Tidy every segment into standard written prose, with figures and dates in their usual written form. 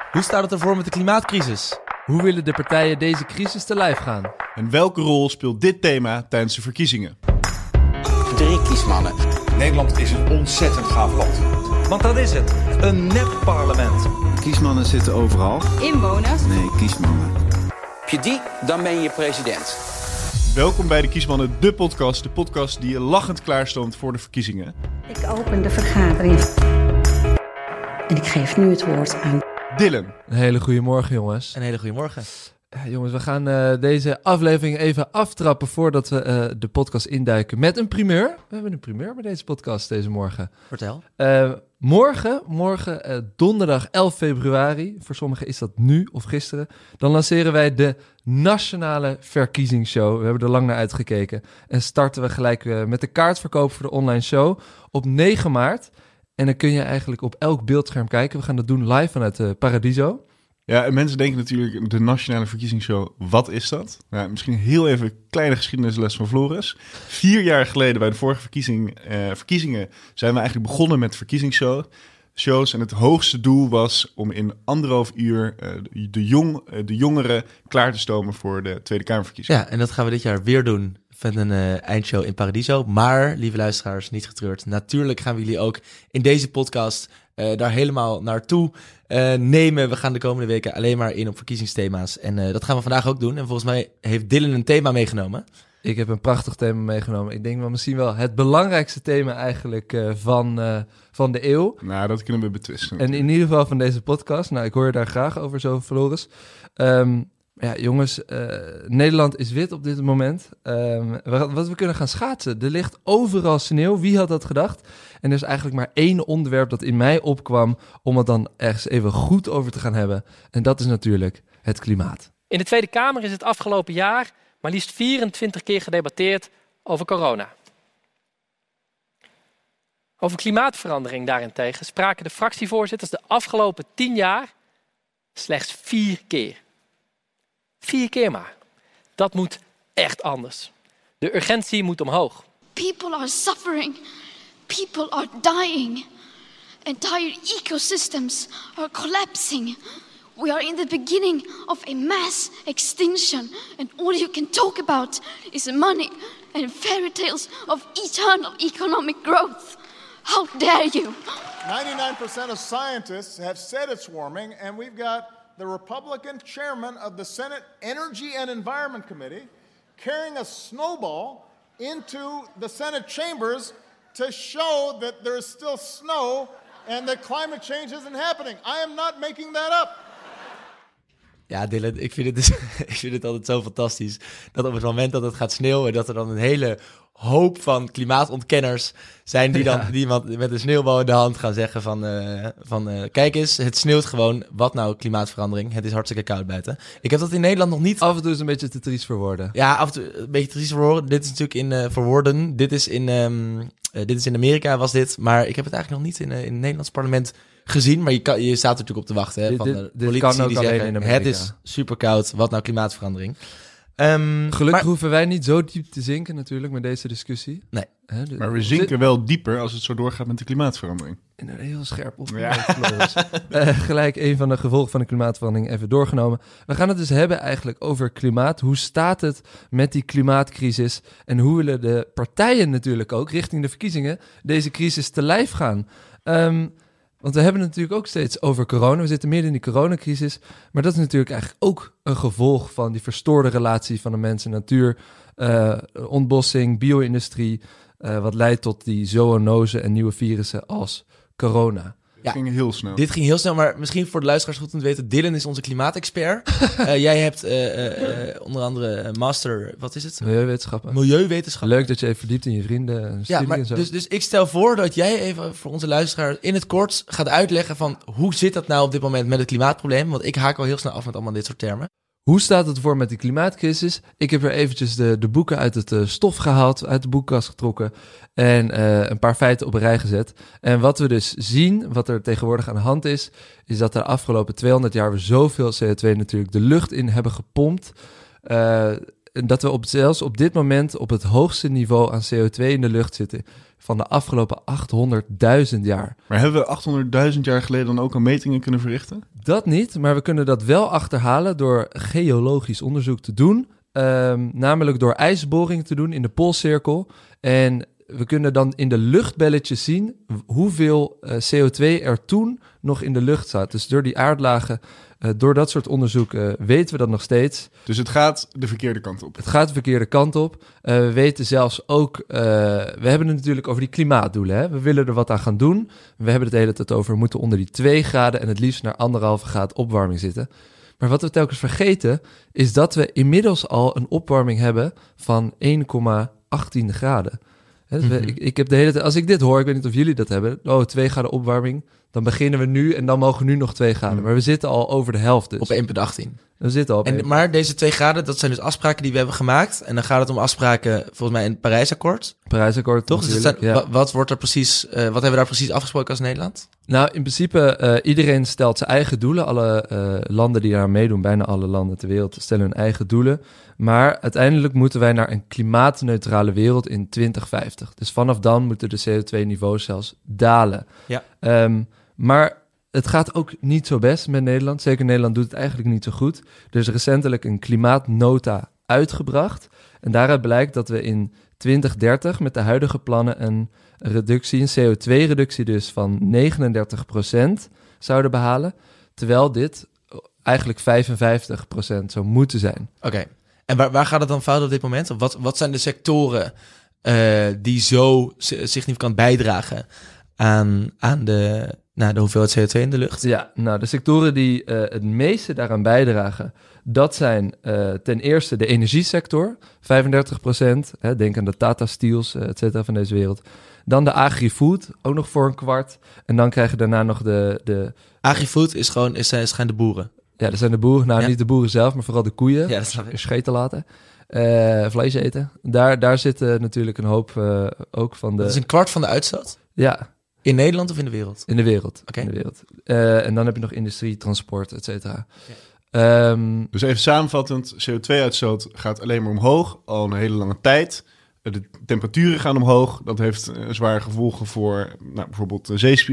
Hoe staat het ervoor met de klimaatcrisis? Hoe willen de partijen deze crisis te lijf gaan? En welke rol speelt dit thema tijdens de verkiezingen? 3 kiesmannen. Nederland is een ontzettend gaaf land. Want dat is het, een nep-parlement. Kiesmannen zitten overal. Inwoners? Nee, kiesmannen. Heb je die, dan ben je president. Welkom bij de Kiesmannen, de podcast die je lachend klaarstond voor de verkiezingen. Ik open de vergadering. En ik geef nu het woord aan Dylan. Een hele goede morgen, jongens. Een hele goede morgen. Jongens, we gaan deze aflevering even aftrappen voordat we de podcast induiken met een primeur. We hebben een primeur bij deze podcast deze morgen. Vertel. Morgen, donderdag 11 februari, voor sommigen is dat nu of gisteren, dan lanceren wij de Nationale Verkiezingsshow. We hebben er lang naar uitgekeken en starten we gelijk met de kaartverkoop voor de online show op 9 maart. En dan kun je eigenlijk op elk beeldscherm kijken. We gaan dat doen live vanuit Paradiso. Ja, en mensen denken natuurlijk, de Nationale Verkiezingsshow, wat is dat? Nou, misschien heel even een kleine geschiedenisles van Floris. 4 jaar geleden bij de vorige verkiezingen zijn we eigenlijk begonnen met verkiezingsshows. En het hoogste doel was om in 1,5 uur de jongeren klaar te stomen voor de Tweede Kamerverkiezingen. Ja, en dat gaan we dit jaar weer doen met een eindshow in Paradiso. Maar, lieve luisteraars, niet getreurd. Natuurlijk gaan we jullie ook in deze podcast daar helemaal naartoe nemen. We gaan de komende weken alleen maar in op verkiezingsthema's. En dat gaan we vandaag ook doen. En volgens mij heeft Dylan een thema meegenomen. Ik heb een prachtig thema meegenomen. Ik denk wel misschien wel het belangrijkste thema eigenlijk van de eeuw. Nou, dat kunnen we betwisten. En in ieder geval van deze podcast. Nou, ik hoor je daar graag over zo, Floris. Ja, jongens, Nederland is wit op dit moment. Wat we kunnen gaan schaatsen. Er ligt overal sneeuw. Wie had dat gedacht? En er is eigenlijk maar 1 onderwerp dat in mij opkwam om het dan ergens even goed over te gaan hebben. En dat is natuurlijk het klimaat. In de Tweede Kamer is het afgelopen jaar maar liefst 24 keer gedebatteerd over corona. Over klimaatverandering daarentegen spraken de fractievoorzitters de afgelopen 10 jaar slechts 4 keer. 4 keer maar. Dat moet echt anders. De urgentie moet omhoog. People are suffering. People are dying. Entire ecosystems are collapsing. We are in the beginning of a mass extinction. And all you can talk about is money and fairy tales of eternal economic growth. How dare you? 99% of scientists have said it's warming, and we've got the Republican chairman of the Senate Energy and Environment Committee carrying a snowball into the Senate chambers to show that there is still snow and that climate change isn't happening. I am not making that up. Ja, Dylan, ik vind het altijd zo fantastisch dat op het moment dat het gaat sneeuwen, dat er dan een hele hoop van klimaatontkenners zijn die dan iemand met een sneeuwbal in de hand gaan zeggen van kijk eens, het sneeuwt gewoon. Wat nou klimaatverandering? Het is hartstikke koud buiten. Ik heb dat in Nederland nog niet. Af en toe is een beetje te triest voor woorden. Ja, af en toe een beetje triest voor woorden. Dit is natuurlijk voor woorden. Dit is in Amerika was dit, maar ik heb het eigenlijk nog niet in het Nederlands parlement gezien, maar je staat er natuurlijk op te wachten. Hè, van de politici kan ook die alleen zeggen, in Amerika. Het is super koud, wat nou klimaatverandering? Gelukkig hoeven wij niet zo diep te zinken natuurlijk met deze discussie. Nee. Maar we zinken wel dieper als het zo doorgaat met de klimaatverandering. Heel scherp opgemerkt. Ja. Gelijk een van de gevolgen van de klimaatverandering even doorgenomen. We gaan het dus hebben eigenlijk over klimaat. Hoe staat het met die klimaatcrisis? En hoe willen de partijen natuurlijk ook richting de verkiezingen deze crisis te lijf gaan? Want we hebben het natuurlijk ook steeds over corona. We zitten midden in die coronacrisis. Maar dat is natuurlijk eigenlijk ook een gevolg van die verstoorde relatie van de mens en natuur. Ontbossing, bio-industrie. Wat leidt tot die zoonose en nieuwe virussen als corona. Het ging heel snel. Dit ging heel snel, maar misschien voor de luisteraars goed om te weten. Dylan is onze klimaatexpert. Jij hebt onder andere master, wat is het? Milieuwetenschappen. Leuk dat je even verdiept in je vrienden. Ja, maar en zo. Dus ik stel voor dat jij even voor onze luisteraar in het kort gaat uitleggen van hoe zit dat nou op dit moment met het klimaatprobleem? Want ik haak al heel snel af met allemaal dit soort termen. Hoe staat het voor met die klimaatcrisis? Ik heb er eventjes de boeken uit het stof gehaald, uit de boekenkast getrokken en een paar feiten op een rij gezet. En wat we dus zien, wat er tegenwoordig aan de hand is dat de afgelopen 200 jaar we zoveel CO2 natuurlijk de lucht in hebben gepompt. dat we zelfs op dit moment op het hoogste niveau aan CO2 in de lucht zitten van de afgelopen 800.000 jaar. Maar hebben we 800.000 jaar geleden dan ook al metingen kunnen verrichten? Dat niet, maar we kunnen dat wel achterhalen door geologisch onderzoek te doen. Namelijk door ijsboringen te doen in de Poolcirkel. En we kunnen dan in de luchtbelletjes zien hoeveel CO2 er toen nog in de lucht zat. Dus door die aardlagen, door dat soort onderzoek weten we dat nog steeds. Dus het gaat de verkeerde kant op? Het gaat de verkeerde kant op. We weten zelfs ook, we hebben het natuurlijk over die klimaatdoelen. Hè? We willen er wat aan gaan doen. We hebben het de hele tijd over, we moeten onder die 2 graden en het liefst naar 1,5 graden opwarming zitten. Maar wat we telkens vergeten, is dat we inmiddels al een opwarming hebben van 1,18 graden. Dus ik heb de hele tijd, als ik dit hoor, ik weet niet of jullie dat hebben, 2 graden opwarming, dan beginnen we nu en dan mogen we nu nog 2 graden. Maar we zitten al over de helft dus. Op 1,18. We zitten al op maar deze 2 graden, dat zijn dus afspraken die we hebben gemaakt. En dan gaat het om afspraken, volgens mij in het Parijsakkoord. Parijsakkoord, toch? Dus wat wordt er precies, wat hebben we daar precies afgesproken als Nederland? Nou, in principe, iedereen stelt zijn eigen doelen. Alle landen die daar meedoen, bijna alle landen ter wereld, stellen hun eigen doelen. Maar uiteindelijk moeten wij naar een klimaatneutrale wereld in 2050. Dus vanaf dan moeten de CO2-niveaus zelfs dalen. Ja. Maar het gaat ook niet zo best met Nederland. Zeker Nederland doet het eigenlijk niet zo goed. Er is recentelijk een klimaatnota uitgebracht. En daaruit blijkt dat we in 2030 met de huidige plannen een reductie, een CO2-reductie dus van 39% zouden behalen. Terwijl dit eigenlijk 55% zou moeten zijn. Oké. En waar gaat het dan fout op dit moment? Of wat zijn de sectoren die zo significant bijdragen aan de hoeveelheid CO2 in de lucht? Ja, nou de sectoren die het meeste daaraan bijdragen, dat zijn ten eerste de energiesector, 35%. Denk aan de Tata Steels, et cetera, van deze wereld. Dan de agri-food, ook nog voor 1/4. En dan krijg je daarna nog de... Agri-food zijn de boeren. Ja, dat zijn de boeren. Niet de boeren zelf, maar vooral de koeien. Ja, dat snap ik. Scheten laten. Vlees eten. Daar zitten natuurlijk een hoop ook van de... Dat is 1/4 van de uitstoot? Ja. In Nederland of in de wereld? In de wereld. Oké. In de wereld. En dan heb je nog industrie, transport, et cetera. Ja. Dus even samenvattend, CO2-uitstoot gaat alleen maar omhoog, al een hele lange tijd. De temperaturen gaan omhoog. Dat heeft zware gevolgen voor bijvoorbeeld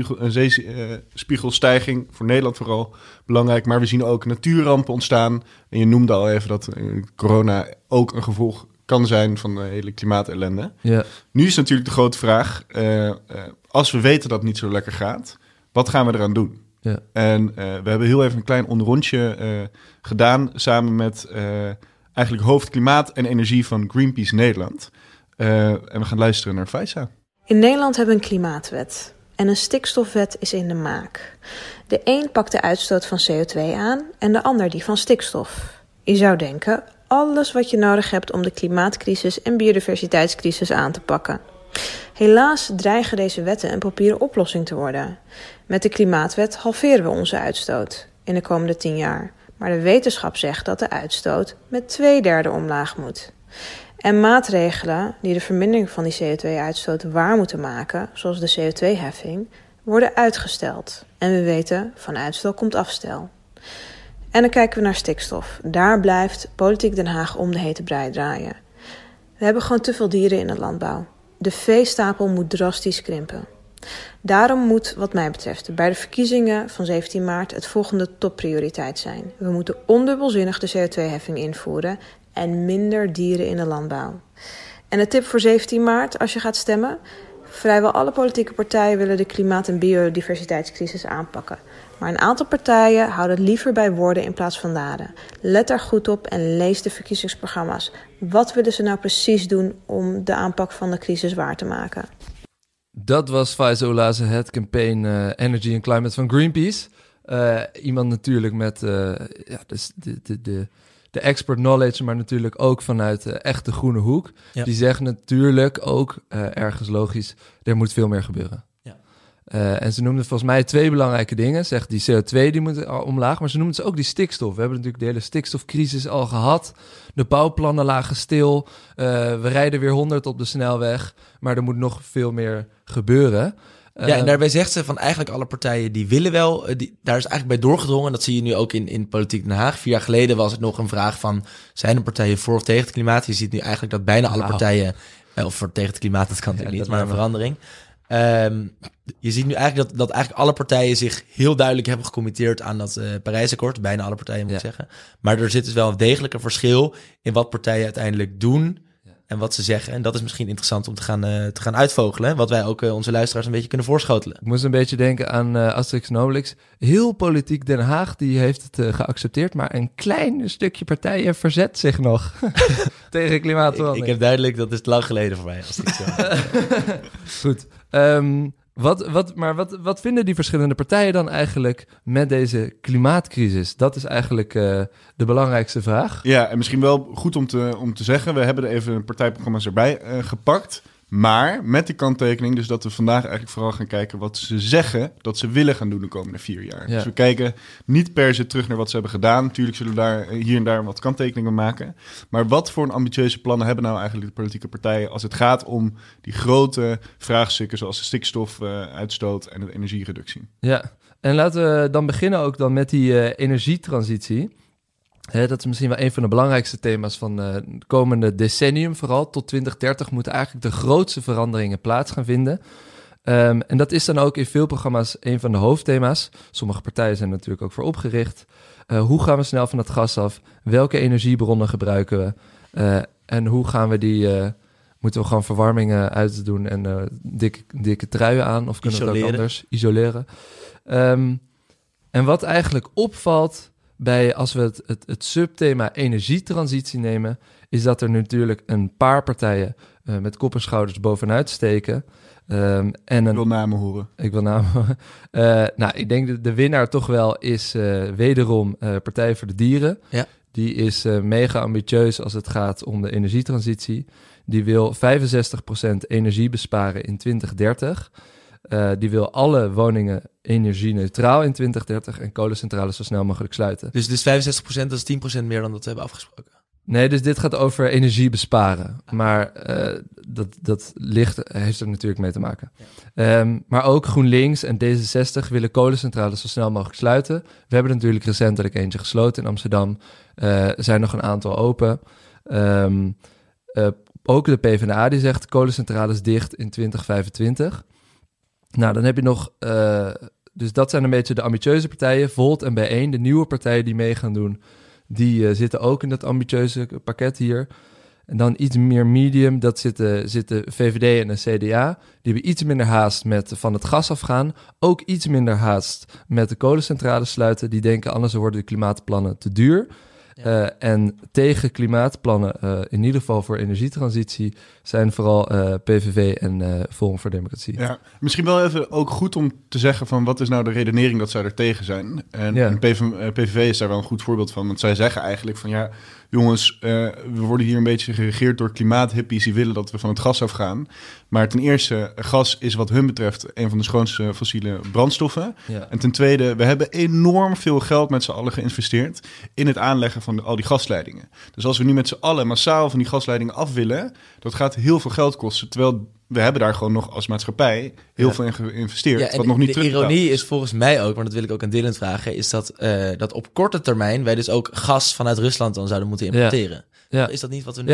zeespiegelstijging. Voor Nederland vooral belangrijk. Maar we zien ook natuurrampen ontstaan. En je noemde al even dat corona ook een gevolg kan zijn van de hele klimaatellende. Ja. Nu is natuurlijk de grote vraag, als we weten dat het niet zo lekker gaat, wat gaan we eraan doen? Ja. En we hebben heel even een klein onderrondje gedaan samen met eigenlijk hoofd klimaat en energie van Greenpeace Nederland. En we gaan luisteren naar Faiza. In Nederland hebben we een klimaatwet en een stikstofwet is in de maak. De een pakt de uitstoot van CO2 aan en de ander die van stikstof. Je zou denken, alles wat je nodig hebt om de klimaatcrisis en biodiversiteitscrisis aan te pakken. Helaas dreigen deze wetten een papieren oplossing te worden. Met de klimaatwet halveren we onze uitstoot in de komende 10 jaar. Maar de wetenschap zegt dat de uitstoot met 2/3 omlaag moet. En maatregelen die de vermindering van die CO2-uitstoot waar moeten maken, zoals de CO2-heffing, worden uitgesteld. En we weten, van uitstel komt afstel. En dan kijken we naar stikstof. Daar blijft politiek Den Haag om de hete brei draaien. We hebben gewoon te veel dieren in de landbouw. De veestapel moet drastisch krimpen. Daarom moet, wat mij betreft, bij de verkiezingen van 17 maart het volgende topprioriteit zijn. We moeten ondubbelzinnig de CO2-heffing invoeren en minder dieren in de landbouw. En de tip voor 17 maart, als je gaat stemmen: vrijwel alle politieke partijen willen de klimaat- en biodiversiteitscrisis aanpakken. Maar een aantal partijen houden het liever bij woorden in plaats van daden. Let daar goed op en lees de verkiezingsprogramma's. Wat willen ze nou precies doen om de aanpak van de crisis waar te maken? Dat was Faiza Oulaze, het campaign Energy and Climate van Greenpeace. Iemand natuurlijk met de expert knowledge, maar natuurlijk ook vanuit echt de groene hoek. Ja. Die zegt natuurlijk ook ergens logisch, er moet veel meer gebeuren. Ja. En ze noemden volgens mij 2 belangrijke dingen. Zegt die CO2 die moet omlaag, maar ze noemden ze ook die stikstof. We hebben natuurlijk de hele stikstofcrisis al gehad. De bouwplannen lagen stil. We rijden weer 100 op de snelweg, maar er moet nog veel meer gebeuren. En daarbij zegt ze van eigenlijk alle partijen die willen wel, daar is eigenlijk bij doorgedrongen. Dat zie je nu ook in Politiek Den Haag. 4 jaar geleden was het nog een vraag van, zijn de partijen voor of tegen het klimaat? Je ziet nu eigenlijk dat bijna alle partijen, of voor tegen het klimaat, dat kan natuurlijk niet, maar een verandering. Je ziet nu eigenlijk dat eigenlijk alle partijen zich heel duidelijk hebben gecommitteerd aan dat Parijsakkoord. Bijna alle partijen moet ik zeggen. Maar er zit dus wel een degelijk een verschil in wat partijen uiteindelijk doen en wat ze zeggen. En dat is misschien interessant om te gaan uitvogelen. Wat wij ook onze luisteraars een beetje kunnen voorschotelen. Ik moest een beetje denken aan Asterix en Obelix. Heel Politiek Den Haag, die heeft het geaccepteerd. Maar een klein stukje partijen verzet zich nog tegen klimaatverandering. Ik heb duidelijk, dat is lang geleden voor mij. Als ik zo. Goed. Wat vinden die verschillende partijen dan eigenlijk met deze klimaatcrisis? Dat is eigenlijk de belangrijkste vraag. Ja, en misschien wel goed om te zeggen, we hebben er even partijprogramma's erbij gepakt. Maar met die kanttekening, dus dat we vandaag eigenlijk vooral gaan kijken wat ze zeggen dat ze willen gaan doen de komende 4 jaar. Ja. Dus we kijken niet per se terug naar wat ze hebben gedaan. Natuurlijk zullen we daar hier en daar wat kanttekeningen maken. Maar wat voor een ambitieuze plannen hebben nou eigenlijk de politieke partijen als het gaat om die grote vraagstukken zoals de stikstofuitstoot en de energiereductie? Ja, en laten we dan beginnen ook dan met die energietransitie. Dat is misschien wel een van de belangrijkste thema's van het komende decennium. Vooral tot 2030 moeten eigenlijk de grootste veranderingen plaats gaan vinden. En dat is dan ook in veel programma's een van de hoofdthema's. Sommige partijen zijn er natuurlijk ook voor opgericht. Hoe gaan we snel van het gas af? Welke energiebronnen gebruiken we? En hoe gaan we moeten we gewoon verwarmingen uitdoen en dikke truien aan? Of kunnen we het ook anders isoleren? En wat eigenlijk opvalt als we het subthema energietransitie nemen, is dat er natuurlijk een paar partijen met kop en schouders bovenuit steken. Ik wil namen horen. Ik wil namen horen. Ik denk dat de winnaar toch wel is wederom Partij voor de Dieren. Ja. Die is mega ambitieus als het gaat om de energietransitie. Die wil 65% energie besparen in 2030. Die wil alle woningen energie-neutraal in 2030 en kolencentrales zo snel mogelijk sluiten. Dus 65%, dat is 10% meer dan dat we hebben afgesproken? Nee, dus dit gaat over energie besparen. Maar dat heeft er natuurlijk mee te maken. Ja. Maar ook GroenLinks en D66 willen kolencentrales zo snel mogelijk sluiten. We hebben natuurlijk recentelijk eentje gesloten in Amsterdam. Er zijn nog een aantal open. Ook de PvdA die zegt kolencentrales dicht in 2025. Nou, dan heb je nog, dus dat zijn een beetje de ambitieuze partijen. Volt en Bijeen, de nieuwe partijen die mee gaan doen, die zitten ook in dat ambitieuze pakket hier. En dan iets meer medium, dat zitten VVD en de CDA. Die hebben iets minder haast met van het gas afgaan. Ook iets minder haast met de kolencentrales sluiten. Die denken anders worden de klimaatplannen te duur. Ja. En tegen klimaatplannen, in ieder geval voor energietransitie, zijn vooral PVV en Forum voor Democratie. Ja, misschien wel even ook goed om te zeggen van wat is nou de redenering dat zij er tegen zijn. En PVV is daar wel een goed voorbeeld van, want zij zeggen eigenlijk van ja, jongens, we worden hier een beetje geregeerd door klimaathippies die willen dat we van het gas afgaan. Maar ten eerste, gas is wat hun betreft een van de schoonste fossiele brandstoffen. Ja. En ten tweede, we hebben enorm veel geld met z'n allen geïnvesteerd in het aanleggen van al die gasleidingen. Dus als we nu met z'n allen massaal van die gasleidingen af willen, dat gaat heel veel geld kosten. Terwijl we hebben daar gewoon nog als maatschappij heel veel in geïnvesteerd. Ja, wat nog niet de ironie is volgens mij ook, maar dat wil ik ook aan Dylan vragen, is dat op korte termijn wij dus ook gas vanuit Rusland dan zouden moeten importeren. Ja. Is dat niet wat we nu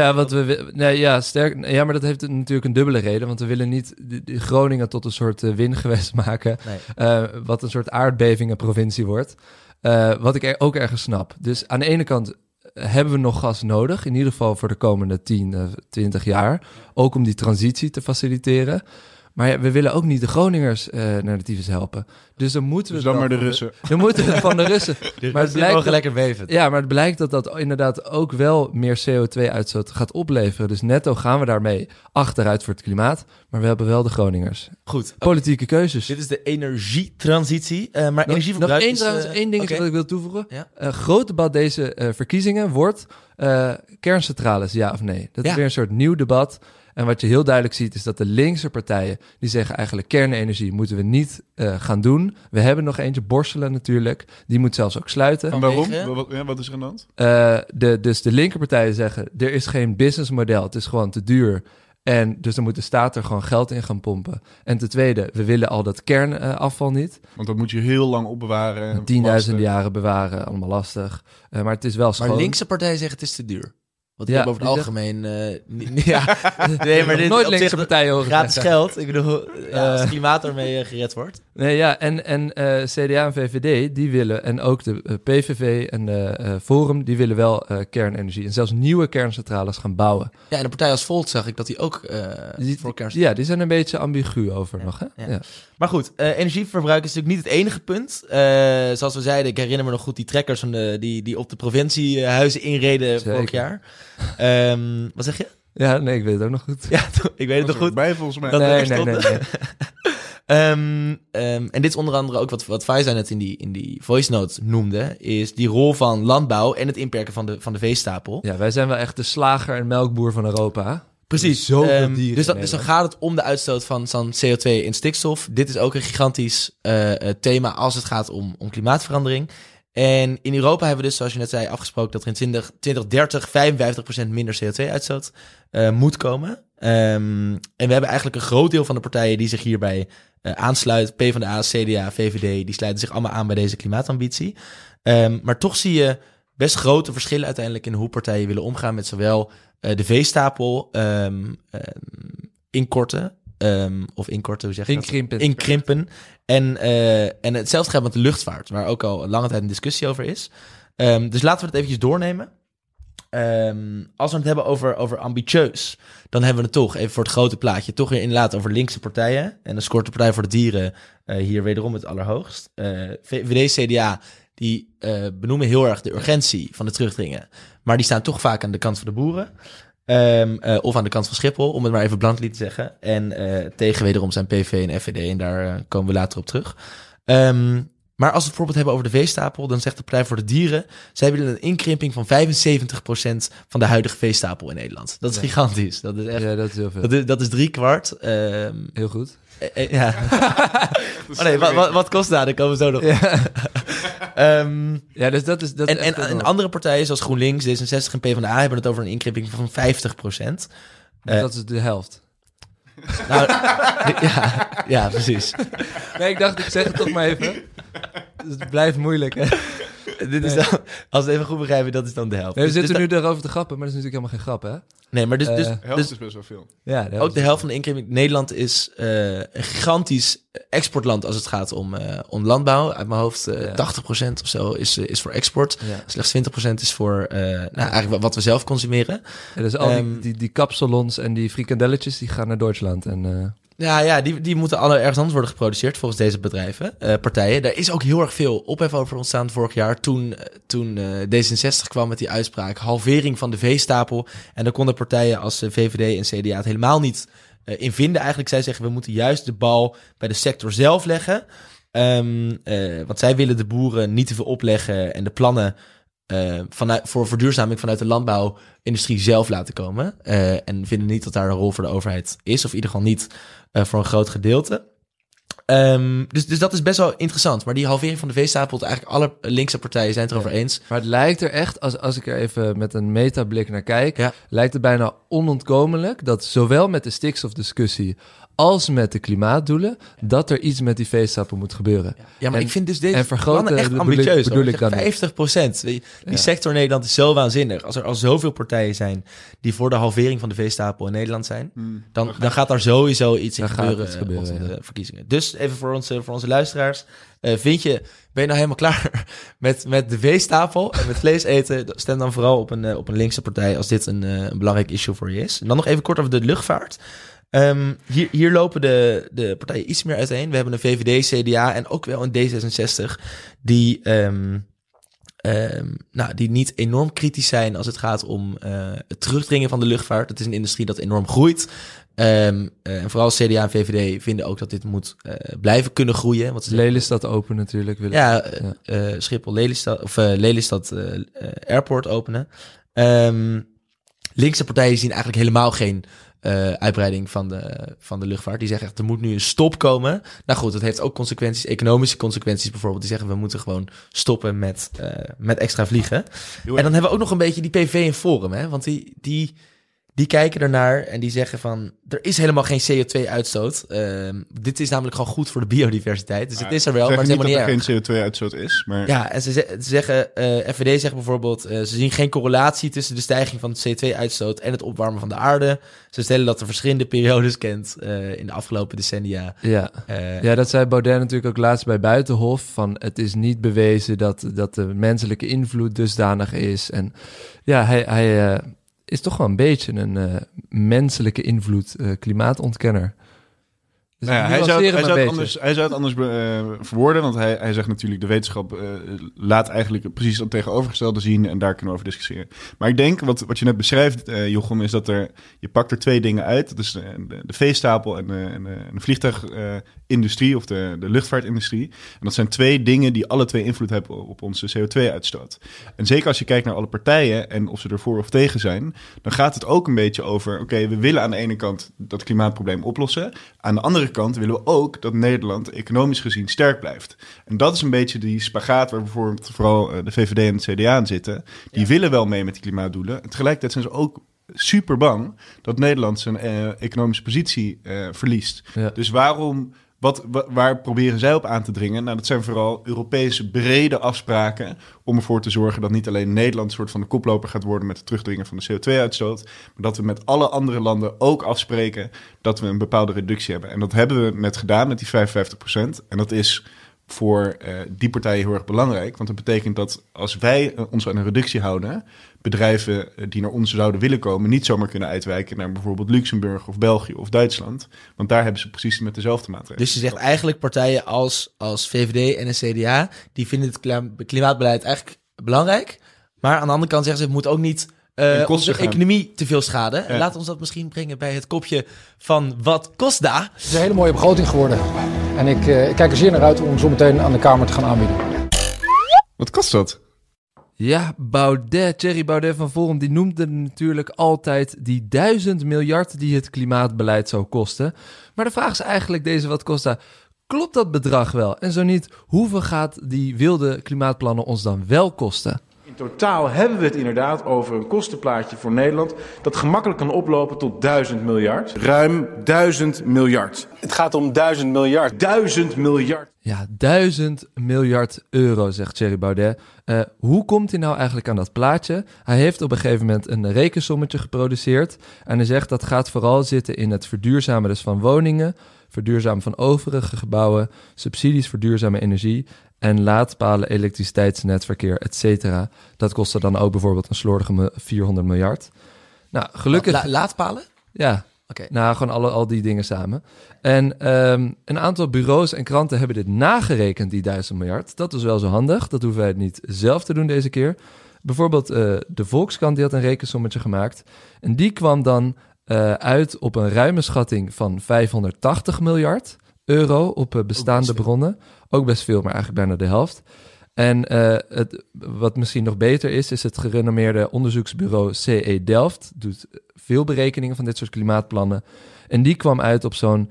doen? Maar dat heeft natuurlijk een dubbele reden, want we willen niet de Groningen tot een soort wingewest maken, wat een soort aardbevingenprovincie wordt. Wat ik ook ergens snap. Dus aan de ene kant hebben we nog gas nodig, in ieder geval voor de komende 10, 20 jaar. Ook om die transitie te faciliteren. Maar ja, we willen ook niet de Groningers naar de tyfus helpen. Dus dan moeten we... Dus dan maar de Russen. Dan moeten we van de Russen. Maar het blijkt lekker beven. Ja, maar het blijkt dat inderdaad ook wel meer CO2-uitstoot gaat opleveren. Dus netto gaan we daarmee achteruit voor het klimaat. Maar we hebben wel de Groningers. Goed. Politieke keuzes. Dit is de energietransitie. Maar energieverbruik nog één dingetje wat ik wil toevoegen. Ja? Groot debat deze verkiezingen wordt kerncentrales, ja of nee. Dat is weer een soort nieuw debat. En wat je heel duidelijk ziet is dat de linkse partijen, die zeggen eigenlijk kernenergie moeten we niet gaan doen. We hebben nog eentje, Borselen natuurlijk. Die moet zelfs ook sluiten. En waarom? Wat is er aan de hand? Dus de linkerpartijen zeggen, er is geen businessmodel. Het is gewoon te duur. En dus dan moet de staat er gewoon geld in gaan pompen. En ten tweede, we willen al dat kernafval niet. Want dat moet je heel lang opbewaren. 10.000 jaren bewaren, allemaal lastig. Maar het is wel schoon. Maar linkse partijen zeggen het is te duur. Want die Ja, hebben over het algemeen... nee, maar dit nooit op linkse zich partijen horen gratis zeggen. geld. Ik bedoel, als het klimaat ermee gered wordt. Nee, ja, en CDA en VVD, die willen, en ook de PVV en de Forum, die willen wel kernenergie. En zelfs nieuwe kerncentrales gaan bouwen. Ja, en een partij als Volt zag ik dat die ook voor kerncentrales... Ja, die zijn een beetje ambigu over nog, hè? Ja. Ja. Maar goed, energieverbruik is natuurlijk niet het enige punt. Zoals we zeiden, ik herinner me nog goed die trekkers van die op de provinciehuizen inreden vorig jaar. Wat zeg je? Ja, nee, ik weet het ook nog goed. Ja, ik weet het nog goed. Bij volgens mij. Nee. En dit is onder andere ook wat Faiza net in die voice note noemde, is die rol van landbouw en het inperken van de veestapel. Ja, wij zijn wel echt de slager en melkboer van Europa. Precies. Zoveel dieren. Dus dan gaat het om de uitstoot van CO2 en stikstof. Dit is ook een gigantisch thema als het gaat om klimaatverandering. En in Europa hebben we dus, zoals je net zei, afgesproken dat er in 2030 55% minder CO2-uitstoot moet komen. En we hebben eigenlijk een groot deel van de partijen die zich hierbij aansluit. PvdA, CDA, VVD, die sluiten zich allemaal aan bij deze klimaatambitie. Maar toch zie je best grote verschillen uiteindelijk in hoe partijen willen omgaan met zowel de veestapel inkorten. Hoe zeg je dat? Inkrimpen. En hetzelfde geldt met de luchtvaart, waar ook al lange tijd een discussie over is. Dus laten we het eventjes doornemen. Als we het hebben over ambitieus, dan hebben we het toch, even voor het grote plaatje, toch weer inderdaad over linkse partijen. En dan scoort de Partij voor de Dieren hier wederom het allerhoogst. VVD, CDA, die benoemen heel erg de urgentie van de terugdringen. Maar die staan toch vaak aan de kant van de boeren. Of aan de kant van Schiphol, om het maar even bluntly te zeggen. En tegen wederom zijn PV en FVD, en daar komen we later op terug. Maar als we het bijvoorbeeld hebben over de veestapel, dan zegt de Partij voor de Dieren, zij willen een inkrimping van 75% van de huidige veestapel in Nederland. Dat is gigantisch. Dat is echt, dat is heel veel. Dat is 3/4. Heel goed. Ja. Wat kost dat? Dan komen we zo nog. Ja, dus dat is... En andere partijen zoals GroenLinks, D66 en PvdA hebben het over een inkrimping van 50%. Dat is de helft. Nou, ja, precies. Nee, ik dacht, ik zeg het toch maar even. Dus het blijft moeilijk, hè? Dit is dan, als we het even goed begrijpen, dat is dan de helft. Nee, we zitten nu erover te grappen, maar dat is natuurlijk helemaal geen grap, hè? Nee, maar de helft is best wel veel. Ja, ook de helft van de inkrimping. Nederland is een gigantisch exportland als het gaat om landbouw. Uit mijn hoofd 80% of zo is voor export. Ja. Slechts 20% is voor eigenlijk wat we zelf consumeren. Ja, dus al die kapsalons en die frikandelletjes, die gaan naar Duitsland en... Ja, die moeten alle ergens anders worden geproduceerd volgens deze bedrijven, partijen. Daar is ook heel erg veel ophef over ontstaan vorig jaar toen D66 kwam met die uitspraak. Halvering van de veestapel. En dan konden partijen als VVD en CDA het helemaal niet in vinden. Eigenlijk zij zeggen, we moeten juist de bal bij de sector zelf leggen. Want zij willen de boeren niet te veel opleggen en de plannen voor verduurzaming vanuit de landbouwindustrie zelf laten komen. En vinden niet dat daar een rol voor de overheid is. Of in ieder geval niet voor een groot gedeelte. Dus dat is best wel interessant. Maar die halvering van de veestapel, eigenlijk alle linkse partijen zijn het erover eens. Maar het lijkt er echt, als ik er even met een metablik naar kijk, lijkt het bijna onontkomelijk dat zowel met de stikstofdiscussie als met de klimaatdoelen, dat er iets met die veestapel moet gebeuren. Ja, maar ik vind dus deze vergroten echt ambitieus. Bedoel ik dan 50%. Die sector in Nederland is zo waanzinnig. Als er al zoveel partijen zijn die voor de halvering van de veestapel in Nederland zijn, dan gaat daar sowieso iets in gebeuren rond de verkiezingen. Dus even voor onze luisteraars. Ben je nou helemaal klaar met de veestapel en met vlees eten? Stem dan vooral op een linkse partij als dit een belangrijk issue voor je is. En dan nog even kort over de luchtvaart. Hier lopen de partijen iets meer uiteen. We hebben een VVD, CDA en ook wel een D66 die niet enorm kritisch zijn als het gaat om het terugdringen van de luchtvaart. Het is een industrie dat enorm groeit. En vooral CDA en VVD vinden ook dat dit moet blijven kunnen groeien. Lelystad open natuurlijk. Schiphol, Lelystad of Lelystad Airport openen. Linkse partijen zien eigenlijk helemaal geen uitbreiding van de luchtvaart. Die zeggen echt, er moet nu een stop komen. Nou goed, dat heeft ook consequenties, economische consequenties bijvoorbeeld. Die zeggen, we moeten gewoon stoppen met extra vliegen. En dan hebben we ook nog een beetje die PV en Forum, hè? Want die Die kijken ernaar en die zeggen van... er is helemaal geen CO2-uitstoot. Dit is namelijk gewoon goed voor de biodiversiteit. Dus het is er wel, maar het is helemaal niet erg. Geen CO2-uitstoot is, maar... Ja, en ze zeggen... FVD zegt bijvoorbeeld... ze zien geen correlatie tussen de stijging van de CO2-uitstoot... en het opwarmen van de aarde. Ze stellen dat er verschillende periodes kent... in de afgelopen decennia. Ja, dat zei Baudet natuurlijk ook laatst bij Buitenhof... van het is niet bewezen dat de menselijke invloed dusdanig is. En ja, hij is toch wel een beetje een menselijke invloed klimaatontkenner. Dus hij zou het anders verwoorden, want hij zegt natuurlijk... de wetenschap laat eigenlijk precies het tegenovergestelde zien... en daar kunnen we over discussiëren. Maar ik denk, wat je net beschrijft, Jochem... is dat je pakt er 2 dingen uit. Dat is de veestapel en de vliegtuigindustrie... of de luchtvaartindustrie. En dat zijn 2 dingen die alle 2 invloed hebben... op onze CO2-uitstoot. En zeker als je kijkt naar alle partijen... en of ze er voor of tegen zijn... dan gaat het ook een beetje over... oké, we willen aan de ene kant dat klimaatprobleem oplossen... aan de andere kant willen we ook dat Nederland economisch gezien sterk blijft. En dat is een beetje die spagaat waar bijvoorbeeld vooral de VVD en het CDA aan zitten. Die willen wel mee met die klimaatdoelen. En tegelijkertijd zijn ze ook super bang dat Nederland zijn economische positie verliest. Ja. Dus waar proberen zij op aan te dringen? Nou, dat zijn vooral Europese brede afspraken om ervoor te zorgen dat niet alleen Nederland een soort van de koploper gaat worden met het terugdringen van de CO2-uitstoot, maar dat we met alle andere landen ook afspreken dat we een bepaalde reductie hebben. En dat hebben we net gedaan met die 55%. En dat is voor die partijen heel erg belangrijk, want dat betekent dat als wij ons aan een reductie houden, bedrijven die naar ons zouden willen komen niet zomaar kunnen uitwijken naar bijvoorbeeld Luxemburg of België of Duitsland. Want daar hebben ze precies met dezelfde maatregelen. Dus je zegt eigenlijk partijen als VVD en de CDA, die vinden het klimaatbeleid eigenlijk belangrijk. Maar aan de andere kant zeggen ze, het moet ook niet onze economie te veel schaden. Ja. Laat ons dat misschien brengen bij het kopje van wat kost daar? Het is een hele mooie begroting geworden. En ik kijk er zeer naar uit om zo meteen aan de Kamer te gaan aanbieden. Wat kost dat? Ja, Thierry Baudet van Forum, die noemde natuurlijk altijd die 1000 miljard die het klimaatbeleid zou kosten. Maar de vraag is eigenlijk deze, wat kost dat? Klopt dat bedrag wel? En zo niet, hoeveel gaat die wilde klimaatplannen ons dan wel kosten? In totaal hebben we het inderdaad over een kostenplaatje voor Nederland dat gemakkelijk kan oplopen tot 1000 miljard. Ruim 1000 miljard. Het gaat om 1000 miljard. 1000 miljard. Ja, 1000 miljard euro, zegt Thierry Baudet. Hoe komt hij nou eigenlijk aan dat plaatje? Hij heeft op een gegeven moment een rekensommetje geproduceerd. En hij zegt dat gaat vooral zitten in het verduurzamen dus van woningen, verduurzamen van overige gebouwen, subsidies voor duurzame energie en laadpalen, elektriciteitsnetverkeer, et cetera. Dat kostte dan ook bijvoorbeeld een slordige 400 miljard. Nou, gelukkig... Laadpalen? Ja. Okay. Nou, gewoon al die dingen samen. En een aantal bureaus en kranten hebben dit nagerekend, die 1000 miljard. Dat is wel zo handig. Dat hoeven wij niet zelf te doen deze keer. Bijvoorbeeld de Volkskrant, die had een rekensommetje gemaakt. En die kwam dan uit op een ruime schatting van 580 miljard euro op bestaande bronnen. Ook best veel, maar eigenlijk bijna de helft. En wat misschien nog beter is het gerenommeerde onderzoeksbureau CE Delft. Doet veel berekeningen van dit soort klimaatplannen. En die kwam uit op zo'n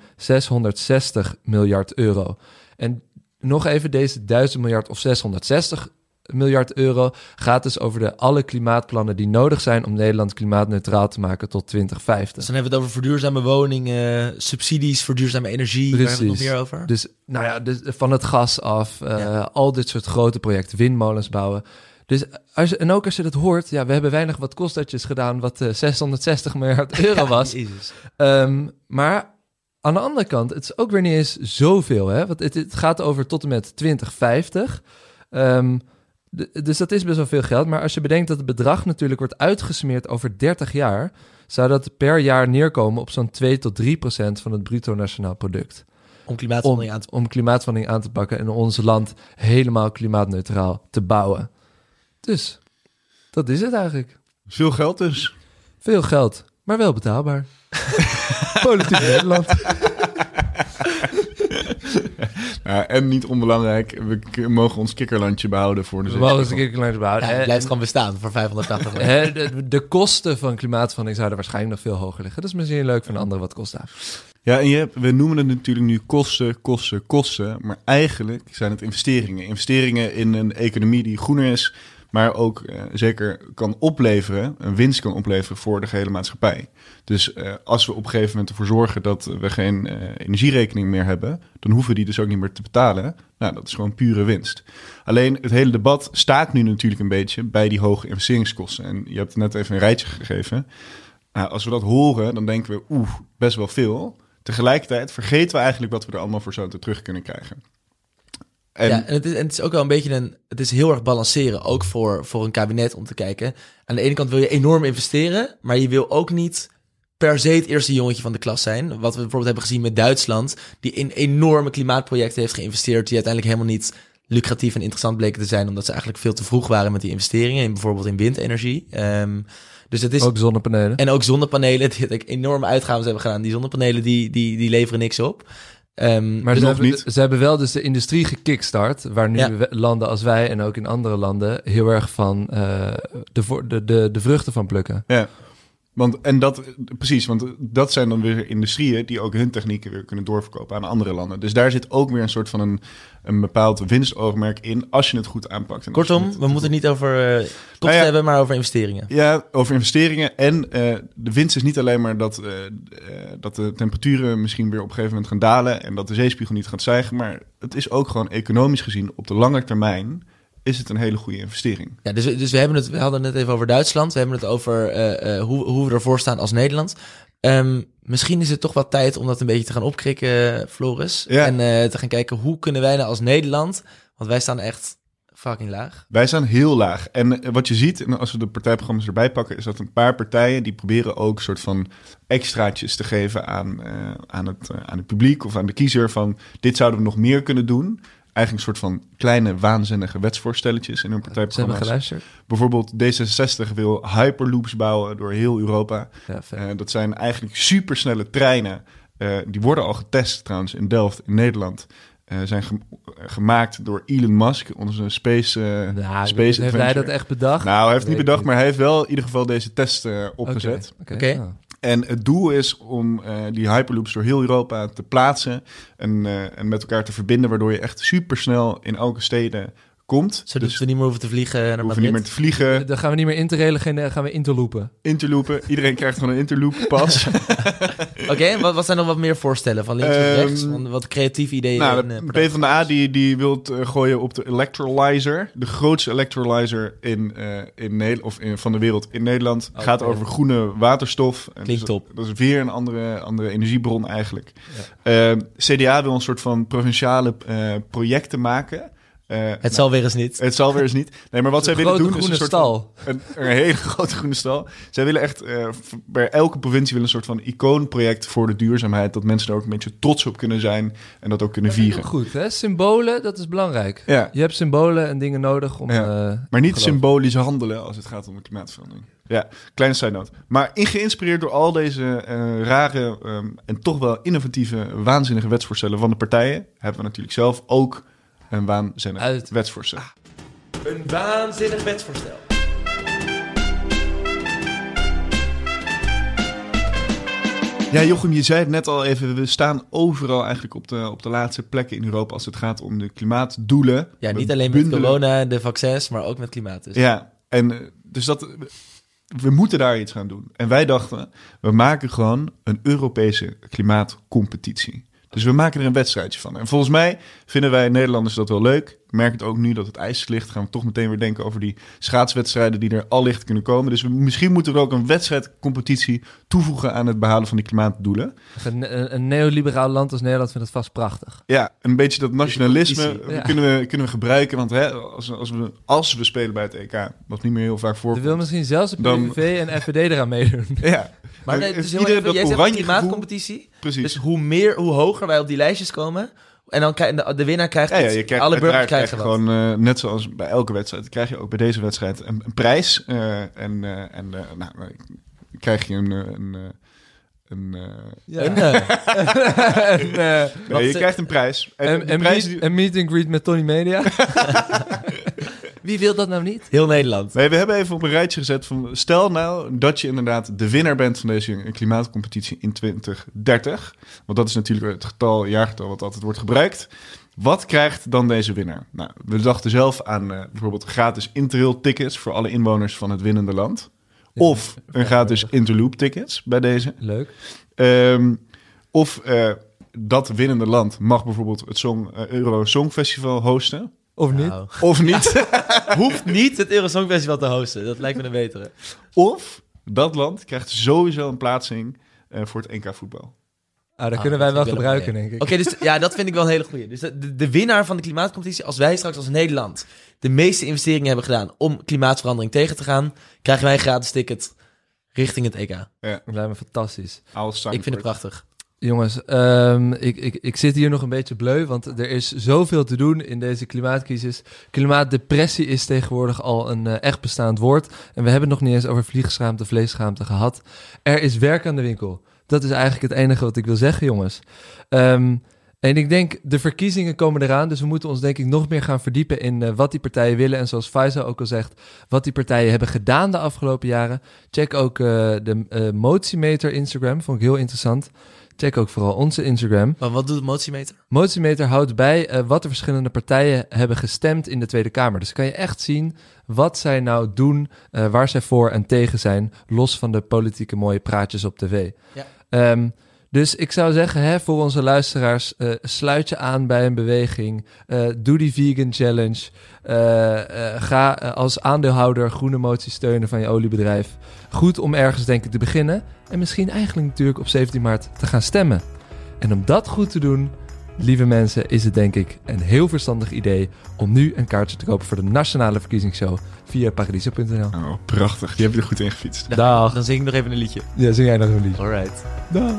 660 miljard euro. En nog even, deze 1000 miljard of 660 miljard euro gaat dus over alle klimaatplannen die nodig zijn om Nederland klimaatneutraal te maken tot 2050. Dus dan hebben we het over verduurzame woningen, subsidies voor duurzame energie. Precies. Waar hebben we het nog meer over? Dus, nou ja, dus van het gas af, al dit soort grote projecten, windmolens bouwen. Dus ook als je dat hoort, ja, we hebben weinig wat kostertjes gedaan wat 660 miljard euro was. Maar aan de andere kant, het is ook weer niet eens zoveel, hè? Want het gaat over tot en met 2050. Dus dat is best wel veel geld. Maar als je bedenkt dat het bedrag natuurlijk wordt uitgesmeerd over 30 jaar, zou dat per jaar neerkomen op zo'n 2-3% van het bruto nationaal product. Om klimaatverandering aan te pakken en ons land helemaal klimaatneutraal te bouwen. Dus, dat is het eigenlijk. Veel geld dus. Veel geld, maar wel betaalbaar. Politiek Nederland. En niet onbelangrijk, we mogen ons kikkerlandje behouden voor de We mogen ons kikkerlandje behouden. Ja, het blijft gewoon bestaan voor 580 de kosten van klimaatverandering zouden waarschijnlijk nog veel hoger liggen. Dat is misschien leuk voor een ander wat kost daar. Ja, en we noemen het natuurlijk nu kosten. Maar eigenlijk zijn het investeringen. Investeringen in een economie die groener is, maar ook zeker kan opleveren, een winst kan opleveren voor de gehele maatschappij. Dus als we op een gegeven moment ervoor zorgen dat we geen energierekening meer hebben, dan hoeven we die dus ook niet meer te betalen. Nou, dat is gewoon pure winst. Alleen het hele debat staat nu natuurlijk een beetje bij die hoge investeringskosten. En je hebt net even een rijtje gegeven. Als we dat horen, dan denken we, best wel veel. Tegelijkertijd vergeten we eigenlijk wat we er allemaal voor zouden terug kunnen krijgen. En het is ook wel een beetje het is heel erg balanceren, ook voor een kabinet om te kijken. Aan de ene kant wil je enorm investeren, maar je wil ook niet per se het eerste jongetje van de klas zijn. Wat we bijvoorbeeld hebben gezien met Duitsland, die in enorme klimaatprojecten heeft geïnvesteerd, die uiteindelijk helemaal niet lucratief en interessant bleken te zijn, omdat ze eigenlijk veel te vroeg waren met die investeringen, bijvoorbeeld in windenergie. Dus het is ook zonnepanelen. En ook zonnepanelen, die enorme uitgaven hebben gedaan. Die zonnepanelen, die leveren niks op. Maar ze hebben wel dus de industrie gekickstart, waar nu landen als wij en ook in andere landen heel erg van de vruchten van plukken. Ja, want dat zijn dan weer industrieën die ook hun technieken weer kunnen doorverkopen aan andere landen. Dus daar zit ook weer een soort van een bepaald winstoogmerk in als je het goed aanpakt. En kortom, we moeten het niet over kosten hebben, maar over investeringen. Ja, over investeringen. En de winst is niet alleen maar dat de temperaturen misschien weer op een gegeven moment gaan dalen en dat de zeespiegel niet gaat stijgen, maar het is ook gewoon economisch gezien op de lange termijn is het een hele goede investering. Ja, dus we hadden het even over Duitsland. We hebben het over hoe we ervoor staan als Nederland. Misschien is het toch wel tijd om dat een beetje te gaan opkrikken, Floris. Ja. En te gaan kijken, hoe kunnen wij nou als Nederland, want wij staan echt fucking laag. Wij staan heel laag. En wat je ziet, en als we de partijprogramma's erbij pakken, is dat een paar partijen die proberen ook een soort van extraatjes te geven aan het publiek of aan de kiezer van dit zouden we nog meer kunnen doen. Eigenlijk een soort van kleine waanzinnige wetsvoorstelletjes in hun partijprogramma's. Ze hebben geluisterd. Bijvoorbeeld D66 wil hyperloops bouwen door heel Europa. Ja, dat zijn eigenlijk supersnelle treinen. Die worden al getest trouwens in Delft in Nederland. Zijn gemaakt door Elon Musk, onze space heeft hij dat echt bedacht? Nou, hij heeft het niet bedacht, maar hij heeft wel in ieder geval deze test opgezet. Oké. En het doel is om die hyperloops door heel Europa te plaatsen en met elkaar te verbinden, waardoor je echt supersnel in elke steden komt. Zodat we niet meer hoeven te vliegen naar Madrid. Hoeven niet meer te vliegen. Dan gaan we niet meer interrailen, gaan we interloopen. Interloopen. Iedereen krijgt gewoon een interloop-pas. Oké, wat zijn nog wat meer voorstellen van links of rechts? Wat creatieve ideeën? Nou, de PvdA die wil gooien op de electrolyzer. De grootste electrolyzer van de wereld in Nederland. Het gaat over groene waterstof. Klinkt top. Dat is weer een andere energiebron eigenlijk. Ja. CDA wil een soort van provinciale projecten maken. Het zal weer eens niet. Het zal weer eens niet. Nee, maar wat zij willen doen is een soort stal. Een hele grote groene stal. Zij willen echt bij elke provincie een soort van icoonproject voor de duurzaamheid. Dat mensen er ook een beetje trots op kunnen zijn en dat ook kunnen vieren. Goed, hè? Symbolen, dat is belangrijk. Ja. Je hebt symbolen en dingen nodig om. Maar niet symbolisch handelen als het gaat om de klimaatverandering. Ja, kleine side note. Maar geïnspireerd door al deze rare en toch wel innovatieve, waanzinnige wetsvoorstellen van de partijen, hebben we natuurlijk zelf ook een waanzinnig wetsvoorstel. Een waanzinnig wetsvoorstel. Ja, Jochem, je zei het net al even. We staan overal eigenlijk op de laatste plekken in Europa als het gaat om de klimaatdoelen. Ja, niet alleen met corona en de vaccins, maar ook met klimaat. Dus. Ja, en dus we moeten daar iets gaan doen. En wij dachten, we maken gewoon een Europese klimaatcompetitie. Dus we maken er een wedstrijdje van. En volgens mij vinden wij Nederlanders dat wel leuk. Ik merk het ook nu dat het ijs ligt. Gaan we toch meteen weer denken over die schaatswedstrijden die er allicht kunnen komen. Dus misschien moeten we ook een wedstrijdcompetitie toevoegen aan het behalen van die klimaatdoelen. Een neoliberaal land als Nederland vindt het vast prachtig. Ja, een beetje dat nationalisme kunnen we gebruiken. Want als we spelen bij het EK, wat niet meer heel vaak voorkomt. Je wil misschien zelfs de PVV en FVD eraan meedoen. Ja. Maar dus jij zegt een klimaatcompetitie. Precies. Dus hoe hoger wij op die lijstjes komen. En dan de winnaar krijgt het. Ja, je krijgt, alle burgers krijgen wat. Gewoon net zoals bij elke wedstrijd, krijg je ook bij deze wedstrijd een prijs. Krijg je je krijgt een prijs. Een meet and greet met Tony Media. Wie wil dat nou niet? Heel Nederland. Nee, we hebben even op een rijtje gezet van stel nou dat je inderdaad de winnaar bent van deze klimaatcompetitie in 2030. Want dat is natuurlijk het jaargetal wat altijd wordt gebruikt. Wat krijgt dan deze winnaar? Nou, we dachten zelf aan bijvoorbeeld gratis Interrail-tickets voor alle inwoners van het winnende land. Of een gratis Interloop-tickets bij deze. Leuk. Of dat winnende land mag bijvoorbeeld het Euro Songfestival hosten. Of niet? Nou. Of niet. Hoeft niet het Eurosong Festival te hosten. Dat lijkt me een betere. Of dat land krijgt sowieso een plaatsing voor het NK voetbal. Dat kunnen wij wel gebruiken, denk ik. Oké, dus ja, dat vind ik wel een hele goeie. Dus de winnaar van de klimaatcompetitie, als wij straks als Nederland de meeste investeringen hebben gedaan om klimaatverandering tegen te gaan, krijgen wij een gratis ticket richting het EK. Ja. Dat lijkt me fantastisch. Ik vind het prachtig. Jongens, ik zit hier nog een beetje bleu, want er is zoveel te doen in deze klimaatcrisis. Klimaatdepressie is tegenwoordig al een echt bestaand woord. En we hebben het nog niet eens over vliegschaamte, vleesschaamte gehad. Er is werk aan de winkel. Dat is eigenlijk het enige wat ik wil zeggen, jongens. En ik denk, de verkiezingen komen eraan, dus we moeten ons denk ik nog meer gaan verdiepen in wat die partijen willen. En zoals Faiza ook al zegt, wat die partijen hebben gedaan de afgelopen jaren. Check ook de Motiemeter Instagram, vond ik heel interessant. Check ook vooral onze Instagram. Maar wat doet de Motiemeter? Motiemeter houdt bij wat de verschillende partijen hebben gestemd in de Tweede Kamer. Dus kan je echt zien wat zij nou doen, waar zij voor en tegen zijn, los van de politieke mooie praatjes op tv. Ja. Dus ik zou zeggen, voor onze luisteraars, sluit je aan bij een beweging. Doe die vegan challenge. Ga als aandeelhouder groene motie steunen van je oliebedrijf. Goed om ergens denk ik te beginnen. En misschien eigenlijk natuurlijk op 17 maart te gaan stemmen. En om dat goed te doen, lieve mensen, is het denk ik een heel verstandig idee om nu een kaartje te kopen voor de nationale verkiezingsshow via paradiso.nl. Oh, prachtig. Die heb je er goed in gefietst. Dag. Dan zing ik nog even een liedje. Ja, zing jij nog een liedje. Alright. Dag.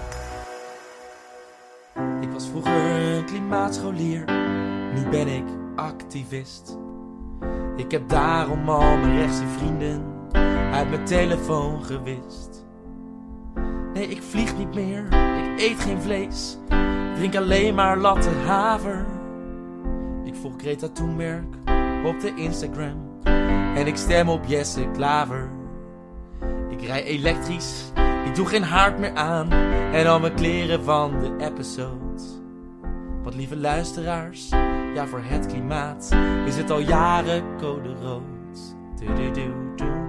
Ik was vroeger een klimaatscholier, nu ben ik activist. Ik heb daarom al mijn rechtse vrienden uit mijn telefoon gewist. Nee, ik vlieg niet meer, ik eet geen vlees, drink alleen maar latte haver. Ik volg Greta Thunberg op de Instagram en ik stem op Jesse Klaver. Ik rij elektrisch, ik doe geen haard meer aan en al mijn kleren van de episodes. Wat lieve luisteraars, ja voor het klimaat is het al jaren code rood.